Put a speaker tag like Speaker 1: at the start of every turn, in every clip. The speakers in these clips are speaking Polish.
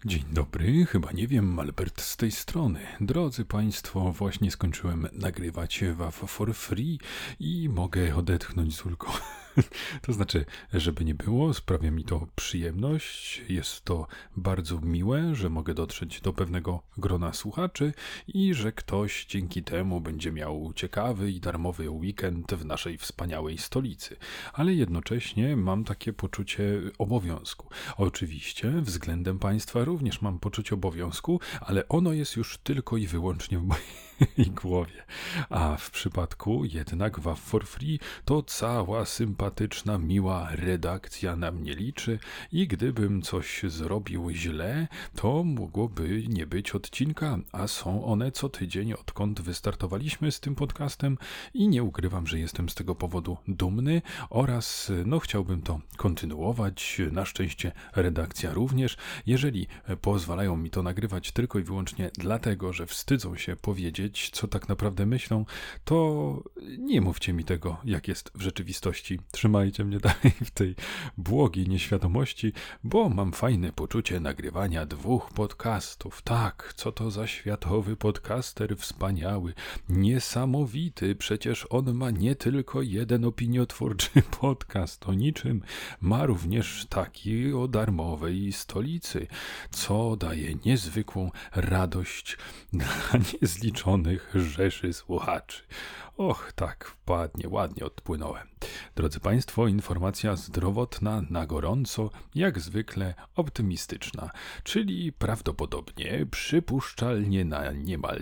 Speaker 1: Dzień dobry, chyba nie wiem, Albert z tej strony. Drodzy Państwo, właśnie skończyłem nagrywać WAF for free i mogę odetchnąć z ulgą. To znaczy, żeby nie było, sprawia mi to przyjemność. Jest to bardzo miłe, że mogę dotrzeć do pewnego grona słuchaczy i że ktoś dzięki temu będzie miał ciekawy i darmowy weekend w naszej wspaniałej stolicy. Ale jednocześnie mam takie poczucie obowiązku. Oczywiście względem Państwa również mam poczucie obowiązku, ale ono jest już tylko i wyłącznie w mojej głowie. A w przypadku jednak WAF for free to cała sympatyczna, miła redakcja na mnie liczy i gdybym coś zrobił źle, to mogłoby nie być odcinka, a są one co tydzień, odkąd wystartowaliśmy z tym podcastem i nie ukrywam, że jestem z tego powodu dumny oraz chciałbym to kontynuować. Na szczęście redakcja również. Jeżeli pozwalają mi to nagrywać tylko i wyłącznie dlatego, że wstydzą się powiedzieć, co tak naprawdę myślą, to nie mówcie mi tego, jak jest w rzeczywistości. Trzymajcie mnie dalej w tej błogiej nieświadomości, bo mam fajne poczucie nagrywania 2 podcastów. Tak, co to za światowy podcaster wspaniały, niesamowity. Przecież on ma nie tylko jeden opiniotwórczy podcast o niczym, ma również taki o darmowej stolicy, co daje niezwykłą radość dla niezliczonych rzeszy słuchaczy. Och, tak, ładnie odpłynąłem. Drodzy Państwo, informacja zdrowotna na gorąco, jak zwykle optymistyczna, czyli prawdopodobnie, przypuszczalnie na niemal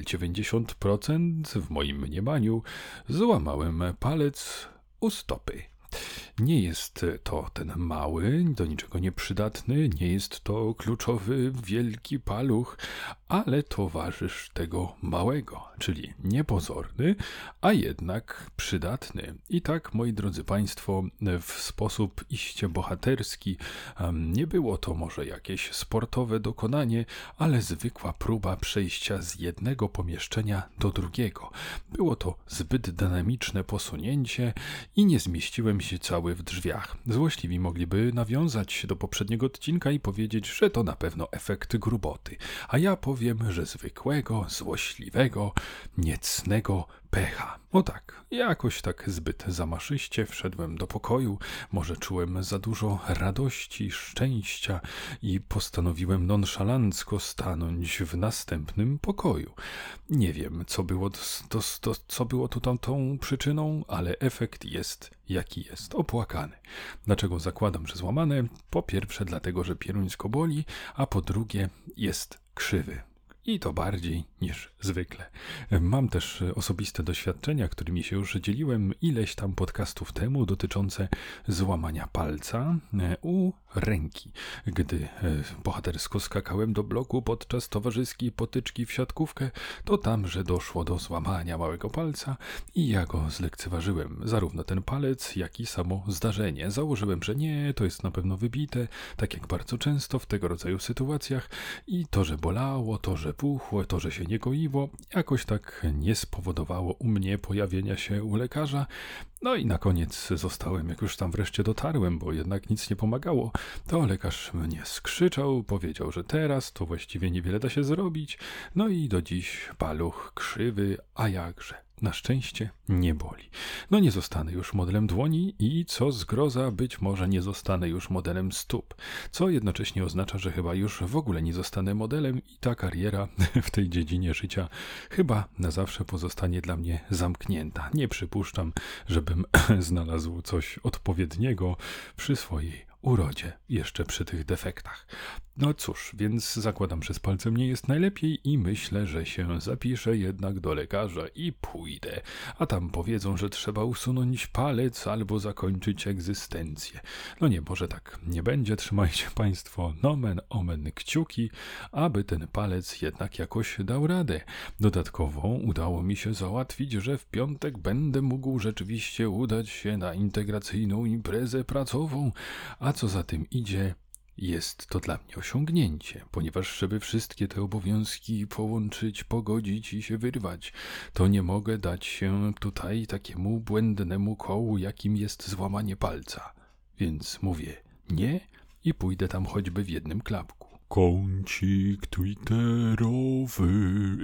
Speaker 1: 90% w moim mniemaniu złamałem palec u stopy. Nie jest to ten mały, do niczego nieprzydatny, nie jest to kluczowy, wielki paluch, ale towarzysz tego małego, czyli niepozorny, a jednak przydatny. I tak, moi drodzy Państwo, w sposób iście bohaterski, nie było to może jakieś sportowe dokonanie, ale zwykła próba przejścia z jednego pomieszczenia do drugiego. Było to zbyt dynamiczne posunięcie i nie zmieściłem się cały w drzwiach. Złośliwi mogliby nawiązać do poprzedniego odcinka i powiedzieć, że to na pewno efekt gruboty, a ja powiem, że zwykłego, złośliwego, niecnego pecha. O tak, jakoś tak zbyt zamaszyście wszedłem do pokoju, może czułem za dużo radości, szczęścia i postanowiłem nonszalancko stanąć w następnym pokoju. Nie wiem, co było tu tą przyczyną, ale efekt jest jaki jest, opłakany. Dlaczego zakładam, że złamane? Po pierwsze dlatego, że pieruńsko boli, a po drugie jest krzywy. I to bardziej niż zwykle. Mam też osobiste doświadczenia, którymi się już dzieliłem ileś tam podcastów temu, dotyczące złamania palca u ręki. Gdy bohatersko skakałem do bloku podczas towarzyskiej potyczki w siatkówkę, to tamże doszło do złamania małego palca i ja go zlekceważyłem. Zarówno ten palec, jak i samo zdarzenie. Założyłem, że nie, to jest na pewno wybite, tak jak bardzo często w tego rodzaju sytuacjach i to, że bolało, to, że puchło, to, że się nie goiło, jakoś tak nie spowodowało u mnie pojawienia się u lekarza. No i na koniec zostałem, jak już tam wreszcie dotarłem, bo jednak nic nie pomagało, to lekarz mnie skrzyczał, powiedział, że teraz to właściwie niewiele da się zrobić, no i do dziś paluch krzywy, a jakże. Na szczęście nie boli. No nie zostanę już modelem dłoni i co zgroza, być może nie zostanę już modelem stóp, co jednocześnie oznacza, że chyba już w ogóle nie zostanę modelem i ta kariera w tej dziedzinie życia chyba na zawsze pozostanie dla mnie zamknięta. Nie przypuszczam, żebym znalazł coś odpowiedniego przy swojej urodzie, jeszcze przy tych defektach. No cóż, więc zakładam, że z palcem nie jest najlepiej i myślę, że się zapiszę jednak do lekarza i pójdę. A tam powiedzą, że trzeba usunąć palec albo zakończyć egzystencję. No nie, może tak nie będzie. Trzymajcie Państwo nomen omen kciuki, aby ten palec jednak jakoś dał radę. Dodatkowo udało mi się załatwić, że w piątek będę mógł rzeczywiście udać się na integracyjną imprezę pracową, a co za tym idzie, jest to dla mnie osiągnięcie, ponieważ żeby wszystkie te obowiązki połączyć, pogodzić i się wyrwać, to nie mogę dać się tutaj takiemu błędnemu kołu, jakim jest złamanie palca. Więc mówię nie i pójdę tam choćby w jednym klapku. Kącik twitterowy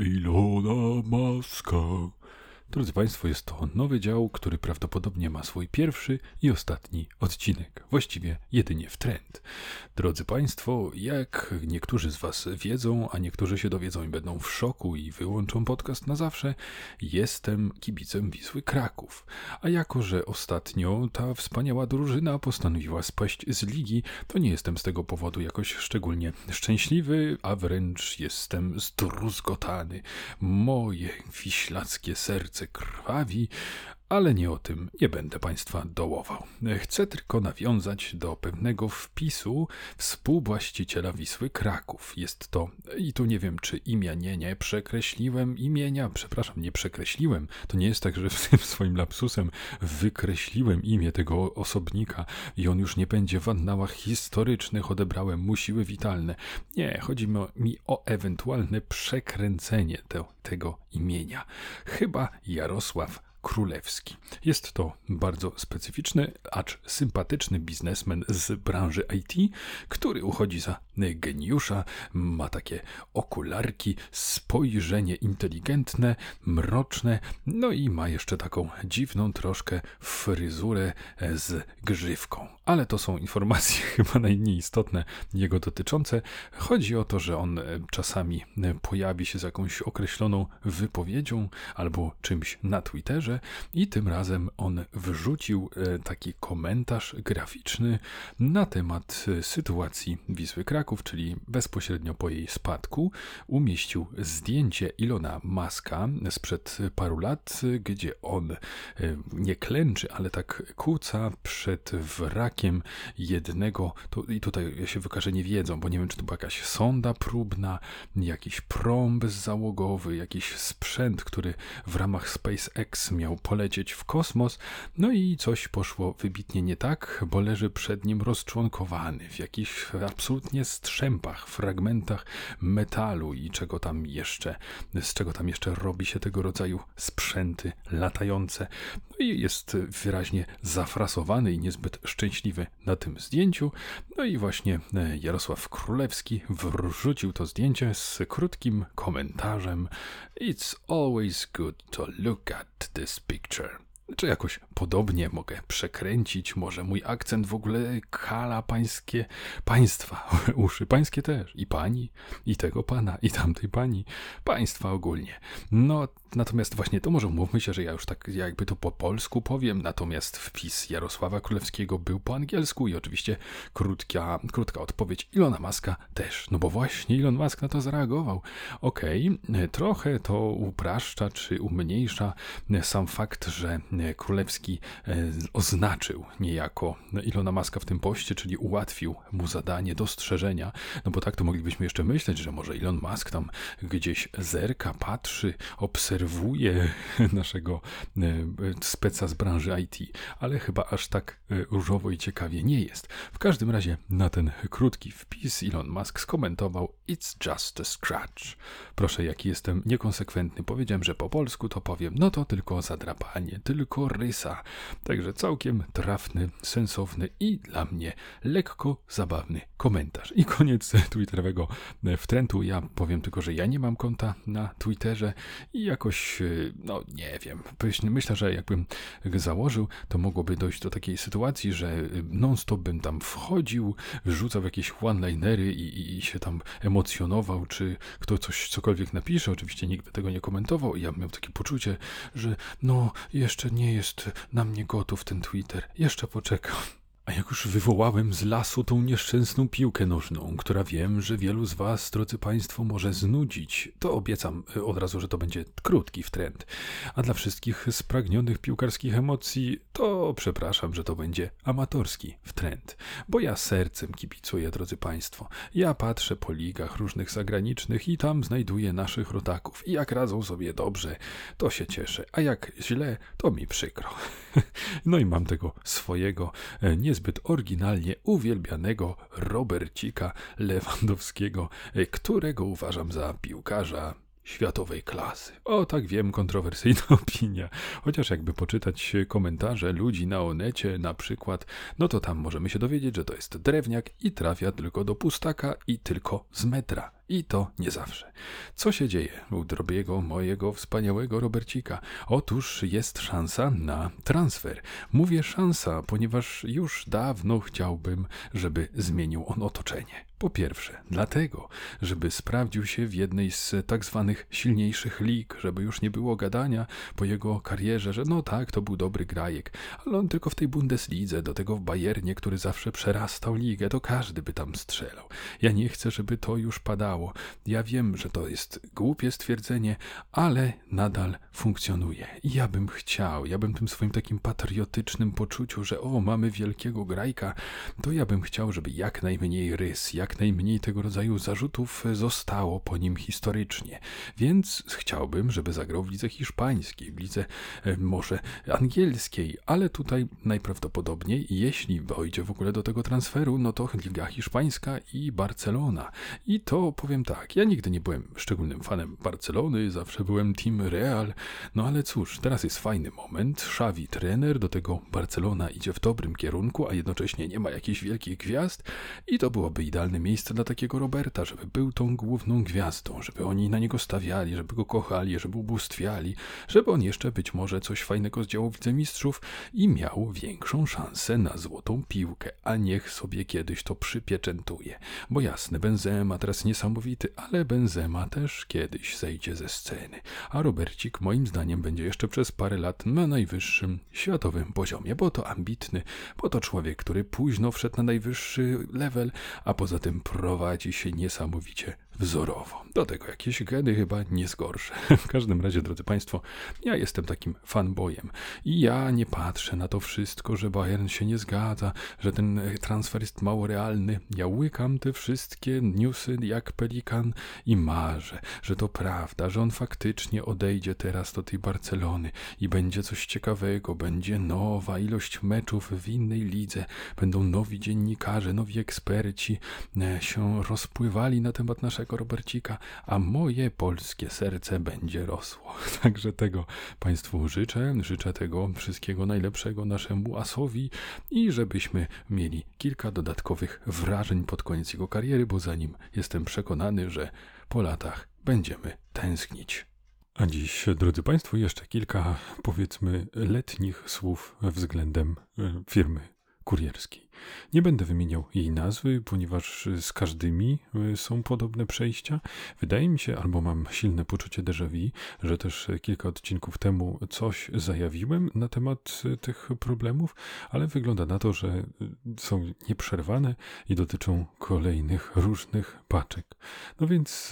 Speaker 1: Ilona Maska. Drodzy Państwo, jest to nowy dział, który prawdopodobnie ma swój pierwszy i ostatni odcinek. Właściwie jedynie w trend. Drodzy Państwo, jak niektórzy z Was wiedzą, a niektórzy się dowiedzą i będą w szoku i wyłączą podcast na zawsze, jestem kibicem Wisły Kraków. A jako, że ostatnio ta wspaniała drużyna postanowiła spaść z ligi, to nie jestem z tego powodu jakoś szczególnie szczęśliwy, a wręcz jestem zdruzgotany. Moje wiślackie serce krwawi, ale nie o tym nie będę Państwa dołował. Chcę tylko nawiązać do pewnego wpisu współwłaściciela Wisły Kraków. Jest to, i tu nie wiem czy nie przekreśliłem imienia, przepraszam, nie przekreśliłem. To nie jest tak, że swoim lapsusem wykreśliłem imię tego osobnika i on już nie będzie w annałach historycznych, odebrałem mu siły witalne. Nie, chodzi mi o ewentualne przekręcenie tego imienia. Chyba Jarosław Królewski. Jest to bardzo specyficzny, acz sympatyczny biznesmen z branży IT, który uchodzi za geniusza, ma takie okularki, spojrzenie inteligentne, mroczne, no i ma jeszcze taką dziwną troszkę fryzurę z grzywką. Ale to są informacje chyba najmniej istotne jego dotyczące. Chodzi o to, że on czasami pojawi się z jakąś określoną wypowiedzią albo czymś na Twitterze i tym razem on wrzucił taki komentarz graficzny na temat sytuacji Wisły Kraków, czyli bezpośrednio po jej spadku umieścił zdjęcie Ilona Muska sprzed paru lat, gdzie on nie klęczy, ale tak kuca przed wrakiem jednego, i tutaj ja się wykażę niewiedzą, bo nie wiem, czy to była jakaś sonda próbna, jakiś prom bezzałogowy, jakiś sprzęt, który w ramach SpaceX miał polecieć w kosmos, no i coś poszło wybitnie nie tak, bo leży przed nim rozczłonkowany w jakichś absolutnie strzępach, fragmentach metalu i z czego tam jeszcze robi się tego rodzaju sprzęty latające. No i jest wyraźnie zafrasowany i niezbyt szczęśliwy na tym zdjęciu. No i właśnie Jarosław Królewski wrzucił to zdjęcie z krótkim komentarzem: "It's always good to look at this picture". Czy jakoś podobnie mogę przekręcić, może mój akcent w ogóle kala państwa, uszy pańskie też, i pani, i tego pana, i tamtej pani, państwa ogólnie. No, natomiast właśnie to może umówmy się, że ja już tak jakby to po polsku powiem, natomiast wpis Jarosława Królewskiego był po angielsku i oczywiście krótka odpowiedź Ilona Muska też, no bo właśnie Elon Musk na to zareagował. Okej, trochę to upraszcza czy umniejsza sam fakt, że Królewski oznaczył niejako Ilona Muska w tym poście, czyli ułatwił mu zadanie dostrzeżenia, no bo tak to moglibyśmy jeszcze myśleć, że może Elon Musk tam gdzieś zerka, patrzy, obserwuje naszego speca z branży IT, ale chyba aż tak różowo i ciekawie nie jest. W każdym razie na ten krótki wpis Elon Musk skomentował: "It's just a scratch". Proszę, jaki jestem niekonsekwentny. Powiedziałem, że po polsku to powiem, no to tylko zadrapanie, tylko rysa. Także całkiem trafny, sensowny i dla mnie lekko zabawny komentarz. I koniec twitterowego wtrętu. Ja powiem tylko, że ja nie mam konta na Twitterze i jakoś, no nie wiem, myślę, że jakbym założył, to mogłoby dojść do takiej sytuacji, że non-stop bym tam wchodził, rzucał jakieś one-linery i się tam emocjonował, czy kto cokolwiek napisze. Oczywiście nikt by tego nie komentował i ja miał takie poczucie, że no jeszcze nie jest na mnie gotów ten Twitter, jeszcze poczekam. A jak już wywołałem z lasu tą nieszczęsną piłkę nożną, która wiem, że wielu z Was, drodzy Państwo, może znudzić, to obiecam od razu, że to będzie krótki wtręt. A dla wszystkich spragnionych piłkarskich emocji, to przepraszam, że to będzie amatorski wtręt. Bo ja sercem kibicuję, drodzy Państwo. Ja patrzę po ligach różnych zagranicznych i tam znajduję naszych rodaków. I jak radzą sobie dobrze, to się cieszę. A jak źle, to mi przykro. No i mam tego swojego niezbyt oryginalnie uwielbianego Robercika Lewandowskiego, którego uważam za piłkarza światowej klasy. O, tak wiem, kontrowersyjna opinia. Chociaż jakby poczytać komentarze ludzi na Onecie na przykład, no to tam możemy się dowiedzieć, że to jest drewniak i trafia tylko do pustaka i tylko z metra. I to nie zawsze. Co się dzieje u drobiego mojego wspaniałego Robercika? Otóż jest szansa na transfer. Mówię szansa, ponieważ już dawno chciałbym, żeby zmienił on otoczenie. Po pierwsze, dlatego, żeby sprawdził się w jednej z tak zwanych silniejszych lig, żeby już nie było gadania po jego karierze, że no tak, to był dobry grajek, ale on tylko w tej Bundeslidze, do tego w Bayernie, który zawsze przerastał ligę, to każdy by tam strzelał. Ja nie chcę, żeby to już padało. Ja wiem, że to jest głupie stwierdzenie, ale nadal funkcjonuje. I ja bym tym swoim takim patriotycznym poczuciu, że o, mamy wielkiego grajka, to ja bym chciał, żeby jak najmniej rys, jak najmniej tego rodzaju zarzutów zostało po nim historycznie. Więc chciałbym, żeby zagrał w lidze hiszpańskiej, w lidze może angielskiej, ale tutaj najprawdopodobniej, jeśli dojdzie w ogóle do tego transferu, no to liga hiszpańska i Barcelona. I to powiem tak, ja nigdy nie byłem szczególnym fanem Barcelony, zawsze byłem team Real, no ale cóż, teraz jest fajny moment, Xavi trener, do tego Barcelona idzie w dobrym kierunku, a jednocześnie nie ma jakichś wielkich gwiazd i to byłoby idealne miejsce dla takiego Roberta, żeby był tą główną gwiazdą, żeby oni na niego stawiali, żeby go kochali, żeby ubóstwiali, żeby on jeszcze być może coś fajnego zdziałał w Lidze Mistrzów i miał większą szansę na złotą piłkę, a niech sobie kiedyś to przypieczętuje. Bo jasne, Benzema teraz niesamowity, ale Benzema też kiedyś zejdzie ze sceny, a Robercik moim zdaniem będzie jeszcze przez parę lat na najwyższym światowym poziomie, bo to ambitny, bo to człowiek, który późno wszedł na najwyższy level, a poza tym prowadzi się niesamowicie wzorowo. Do tego jakieś geny chyba nie zgorsze. W każdym razie, drodzy Państwo, ja jestem takim fanboyem i ja nie patrzę na to wszystko, że Bayern się nie zgadza, że ten transfer jest mało realny. Ja łykam te wszystkie newsy jak pelikan i marzę, że to prawda, że on faktycznie odejdzie teraz do tej Barcelony i będzie coś ciekawego, będzie nowa ilość meczów w innej lidze, będą nowi dziennikarze, nowi eksperci się rozpływali na temat naszego Robercika, a moje polskie serce będzie rosło. Także tego Państwu życzę. Życzę tego wszystkiego najlepszego naszemu asowi i żebyśmy mieli kilka dodatkowych wrażeń pod koniec jego kariery, bo za nim jestem przekonany, że po latach będziemy tęsknić. A dziś, drodzy Państwo, jeszcze kilka, powiedzmy, letnich słów względem firmy kurierskiej. Nie będę wymieniał jej nazwy, ponieważ z każdymi są podobne przejścia. Wydaje mi się, albo mam silne poczucie déjà vu, że też kilka odcinków temu coś zajawiłem na temat tych problemów, ale wygląda na to, że są nieprzerwane i dotyczą kolejnych różnych paczek. No więc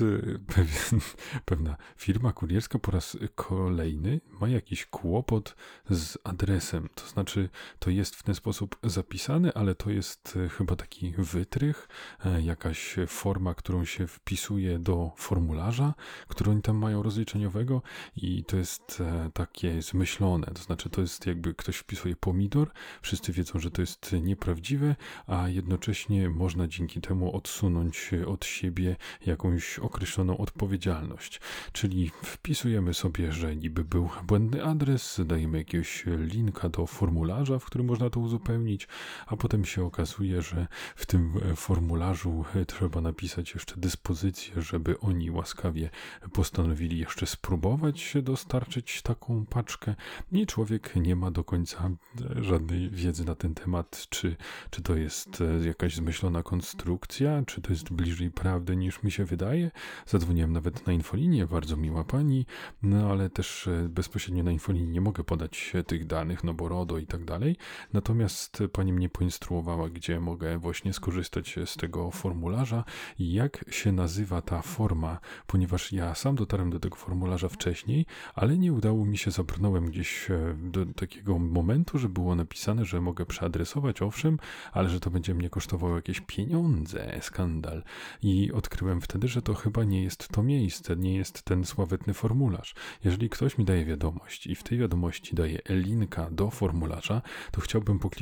Speaker 1: pewna firma kurierska po raz kolejny ma jakiś kłopot z adresem. To znaczy, to jest w ten sposób zapisane, ale to jest chyba taki wytrych, jakaś forma, którą się wpisuje do formularza, który oni tam mają rozliczeniowego i to jest takie zmyślone. To znaczy, to jest jakby ktoś wpisuje pomidor, wszyscy wiedzą, że to jest nieprawdziwe, a jednocześnie można dzięki temu odsunąć od siebie jakąś określoną odpowiedzialność. Czyli wpisujemy sobie, że niby był błędny adres, dajemy jakiegoś linka do formularza, w którym można to uzupełnić, a potem się okazuje, że w tym formularzu trzeba napisać jeszcze dyspozycję, żeby oni łaskawie postanowili jeszcze spróbować dostarczyć taką paczkę i człowiek nie ma do końca żadnej wiedzy na ten temat, czy to jest jakaś zmyślona konstrukcja, czy to jest bliżej prawdy niż mi się wydaje. Zadzwoniłem nawet na infolinię, bardzo miła pani, no ale też bezpośrednio na infolinii nie mogę podać tych danych, no bo RODO i tak dalej. Natomiast pani mnie poinstruowała, gdzie mogę właśnie skorzystać z tego formularza i jak się nazywa ta forma, ponieważ ja sam dotarłem do tego formularza wcześniej, ale nie udało mi się, zabrnąłem gdzieś do takiego momentu, że było napisane, że mogę przeadresować, owszem, ale że to będzie mnie kosztowało jakieś pieniądze, skandal. I odkryłem wtedy, że to chyba nie jest to miejsce, nie jest ten sławetny formularz. Jeżeli ktoś mi daje wiadomość i w tej wiadomości daje linka do formularza, to chciałbym po kliknięciu na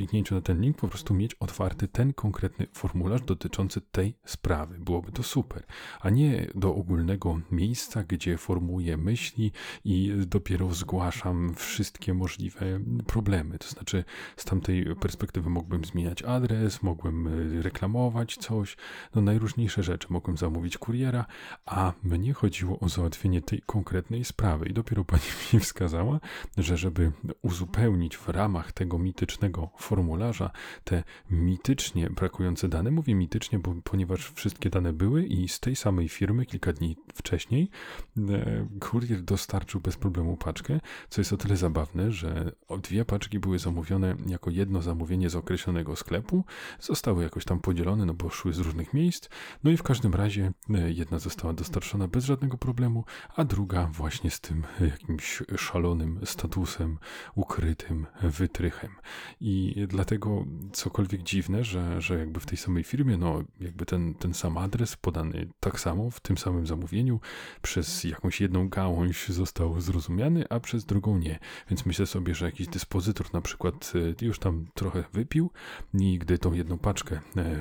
Speaker 1: ten link po prostu mieć otwarty ten konkretny formularz dotyczący tej sprawy. Byłoby to super, a nie do ogólnego miejsca, gdzie formułuję myśli i dopiero zgłaszam wszystkie możliwe problemy. To znaczy z tamtej perspektywy mógłbym zmieniać adres, mogłem reklamować coś, no najróżniejsze rzeczy. Mogłem zamówić kuriera, a mnie chodziło o załatwienie tej konkretnej sprawy. I dopiero pani mi wskazała, że żeby uzupełnić w ramach tego mitycznego formularza te mitycznie brakujące dane, mówię mitycznie, ponieważ wszystkie dane były i z tej samej firmy kilka dni wcześniej kurier dostarczył bez problemu paczkę, co jest o tyle zabawne, że 2 paczki były zamówione jako jedno zamówienie z określonego sklepu, zostały jakoś tam podzielone, no bo szły z różnych miejsc, no i w każdym razie jedna została dostarczona bez żadnego problemu, a druga właśnie z tym jakimś szalonym statusem, ukrytym wytrychem. I dlatego cokolwiek dziwne, że jakby w tej samej firmie, no jakby ten sam adres podany tak samo w tym samym zamówieniu przez jakąś jedną gałąź został zrozumiany, a przez drugą nie. Więc myślę sobie, że jakiś dyspozytor na przykład już tam trochę wypił i gdy tą jedną paczkę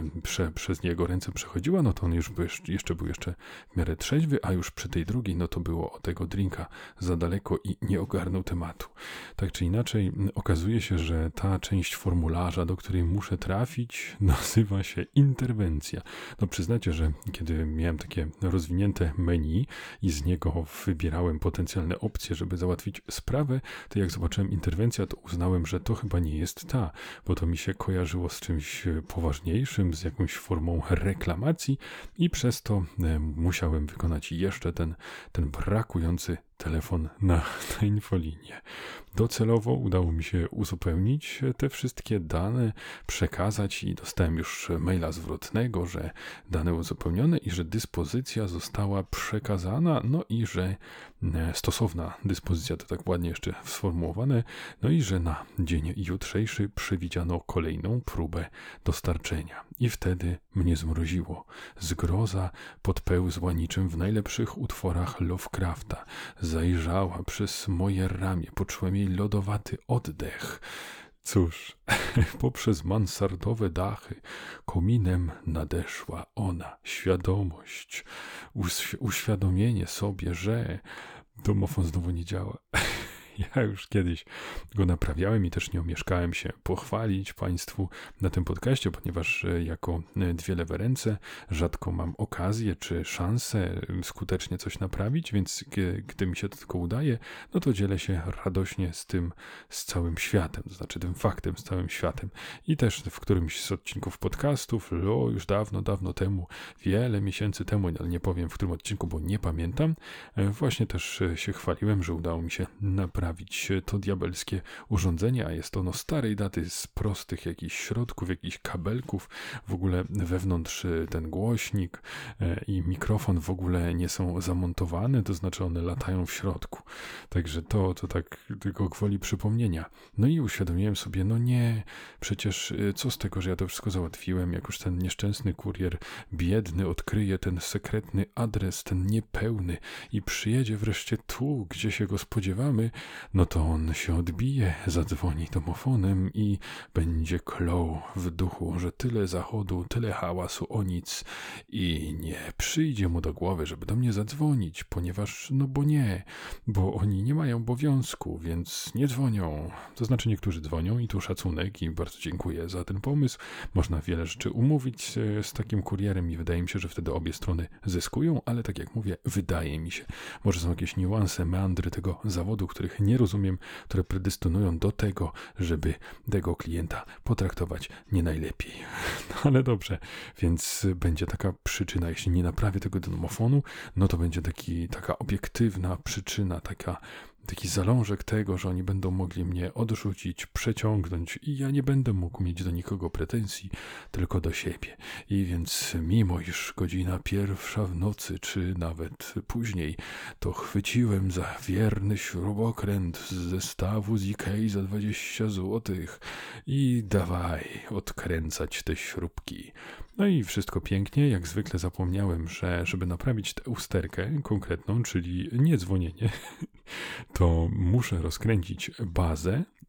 Speaker 1: przez jego ręce przechodziła, no to on już był jeszcze w miarę trzeźwy, a już przy tej drugiej, no to było o tego drinka za daleko i nie ogarnął tematu. Tak czy inaczej, okazuje się, że ta część formularza, do której muszę trafić, nazywa się interwencja. No przyznacie, że kiedy miałem takie rozwinięte menu i z niego wybierałem potencjalne opcje, żeby załatwić sprawę, to jak zobaczyłem interwencja, to uznałem, że to chyba nie jest ta, bo to mi się kojarzyło z czymś poważniejszym, z jakąś formą reklamacji i przez to musiałem wykonać jeszcze ten brakujący telefon na infolinię. Docelowo udało mi się uzupełnić te wszystkie dane, przekazać i dostałem już maila zwrotnego, że dane uzupełnione i że dyspozycja została przekazana, no i że stosowna dyspozycja, to tak ładnie jeszcze sformułowane, no i że na dzień jutrzejszy przewidziano kolejną próbę dostarczenia. I wtedy mnie zmroziło. Zgroza podpełzła niczym w najlepszych utworach Lovecrafta. Zajrzała przez moje ramię, poczułem jej lodowaty oddech. Cóż, poprzez mansardowe dachy kominem nadeszła ona, świadomość, uświadomienie sobie, że domofon znowu nie działa. Ja już kiedyś go naprawiałem i też nie omieszkałem się pochwalić Państwu na tym podcaście, ponieważ jako 2 lewe ręce rzadko mam okazję czy szansę skutecznie coś naprawić, więc gdy mi się to tylko udaje, no to dzielę się radośnie z tym, z całym światem, to znaczy tym faktem z całym światem. I też w którymś z odcinków podcastów, już dawno temu, wiele miesięcy temu, ale nie powiem w którym odcinku, bo nie pamiętam, właśnie też się chwaliłem, że udało mi się naprawić to diabelskie urządzenie, a jest ono starej daty z prostych jakichś środków, jakichś kabelków, w ogóle wewnątrz ten głośnik i mikrofon w ogóle nie są zamontowane, to znaczy one latają w środku. Także to tak tylko gwoli przypomnienia. No i uświadomiłem sobie, no nie, przecież co z tego, że ja to wszystko załatwiłem, jak już ten nieszczęsny kurier biedny odkryje ten sekretny adres, ten niepełny i przyjedzie wreszcie tu, gdzie się go spodziewamy, no to on się odbije, zadzwoni domofonem i będzie klął w duchu, że tyle zachodu, tyle hałasu o nic i nie przyjdzie mu do głowy, żeby do mnie zadzwonić, ponieważ, no bo oni nie mają obowiązku, więc nie dzwonią. To znaczy niektórzy dzwonią i tu szacunek i bardzo dziękuję za ten pomysł. Można wiele rzeczy umówić z takim kurierem i wydaje mi się, że wtedy obie strony zyskują, ale tak jak mówię, wydaje mi się, może są jakieś niuanse, meandry tego zawodu, których nie rozumiem, które predestynują do tego, żeby tego klienta potraktować nie najlepiej. No ale dobrze, więc będzie taka przyczyna, jeśli nie naprawię tego domofonu, no to będzie taka obiektywna przyczyna, taki zalążek tego, że oni będą mogli mnie odrzucić, przeciągnąć i ja nie będę mógł mieć do nikogo pretensji, tylko do siebie. I więc mimo iż godzina 1 w nocy, czy nawet później, to chwyciłem za wierny śrubokręt z zestawu z Ikei za 20 złotych i dawaj odkręcać te śrubki. No i wszystko pięknie, jak zwykle zapomniałem, że żeby naprawić tę usterkę konkretną, czyli nie dzwonienie, to muszę rozkręcić bazę,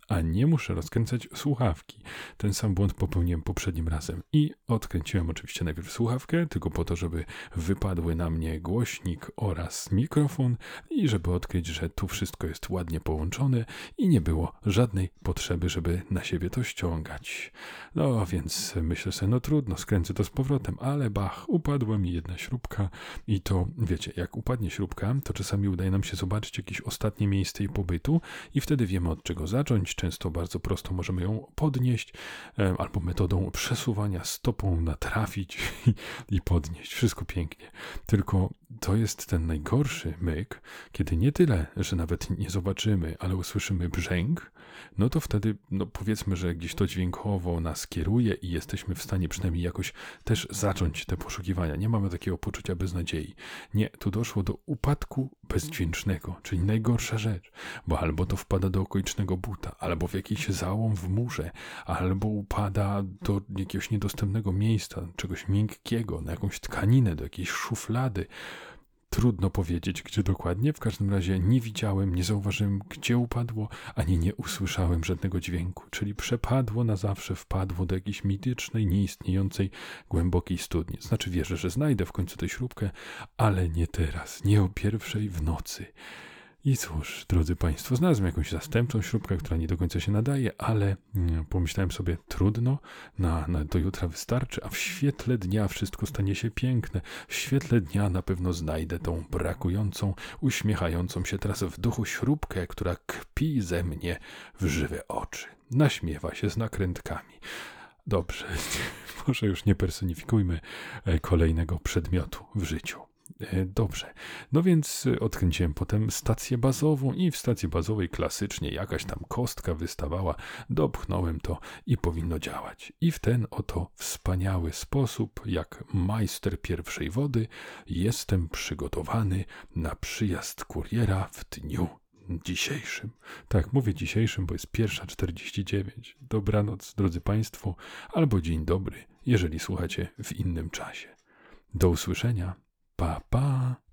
Speaker 1: a nie muszę rozkręcać słuchawki. Ten sam błąd popełniłem poprzednim razem i odkręciłem oczywiście najpierw słuchawkę, tylko po to, żeby wypadły na mnie głośnik oraz mikrofon i żeby odkryć, że tu wszystko jest ładnie połączone i nie było żadnej potrzeby, żeby na siebie to ściągać. No więc myślę sobie, no trudno, skręcę to z powrotem, ale bach, upadła mi jedna śrubka i to, wiecie, jak upadnie śrubka, to czasami udaje nam się zobaczyć jakieś ostatnie miejsce jej pobytu i wtedy wiemy, od czego zacząć. Często bardzo prosto możemy ją podnieść albo metodą przesuwania stopą natrafić i podnieść. Wszystko pięknie. Tylko to jest ten najgorszy myk, kiedy nie tyle, że nawet nie zobaczymy, ale usłyszymy brzęk, no to wtedy, no powiedzmy, że gdzieś to dźwiękowo nas kieruje i jesteśmy w stanie przynajmniej jakoś też zacząć te poszukiwania. Nie mamy takiego poczucia beznadziei. Nie, tu doszło do upadku bezdźwięcznego, czyli najgorsza rzecz, bo albo to wpada do okolicznego buta, albo w jakiś załom w murze, albo upada do jakiegoś niedostępnego miejsca, czegoś miękkiego, na jakąś tkaninę, do jakiejś szuflady. Trudno powiedzieć, gdzie dokładnie. W każdym razie nie widziałem, nie zauważyłem, gdzie upadło, ani nie usłyszałem żadnego dźwięku. Czyli przepadło na zawsze, wpadło do jakiejś mitycznej, nieistniejącej, głębokiej studni. Znaczy wierzę, że znajdę w końcu tę śrubkę, ale nie teraz, nie o 1:00 w nocy. I cóż, drodzy Państwo, znalazłem jakąś zastępczą śrubkę, która nie do końca się nadaje, ale pomyślałem sobie, trudno, do jutra wystarczy, a w świetle dnia wszystko stanie się piękne. W świetle dnia na pewno znajdę tą brakującą, uśmiechającą się teraz w duchu śrubkę, która kpi ze mnie w żywe oczy. Naśmiewa się z nakrętkami. Dobrze, może już nie personifikujmy kolejnego przedmiotu w życiu. Dobrze, no więc odkręciłem potem stację bazową i w stacji bazowej klasycznie jakaś tam kostka wystawała, dopchnąłem to i powinno działać. I w ten oto wspaniały sposób, jak majster pierwszej wody, jestem przygotowany na przyjazd kuriera w dniu dzisiejszym. Tak, mówię dzisiejszym, bo jest 1:49. Dobranoc, drodzy Państwo, albo dzień dobry, jeżeli słuchacie w innym czasie. Do usłyszenia. Pa, pa.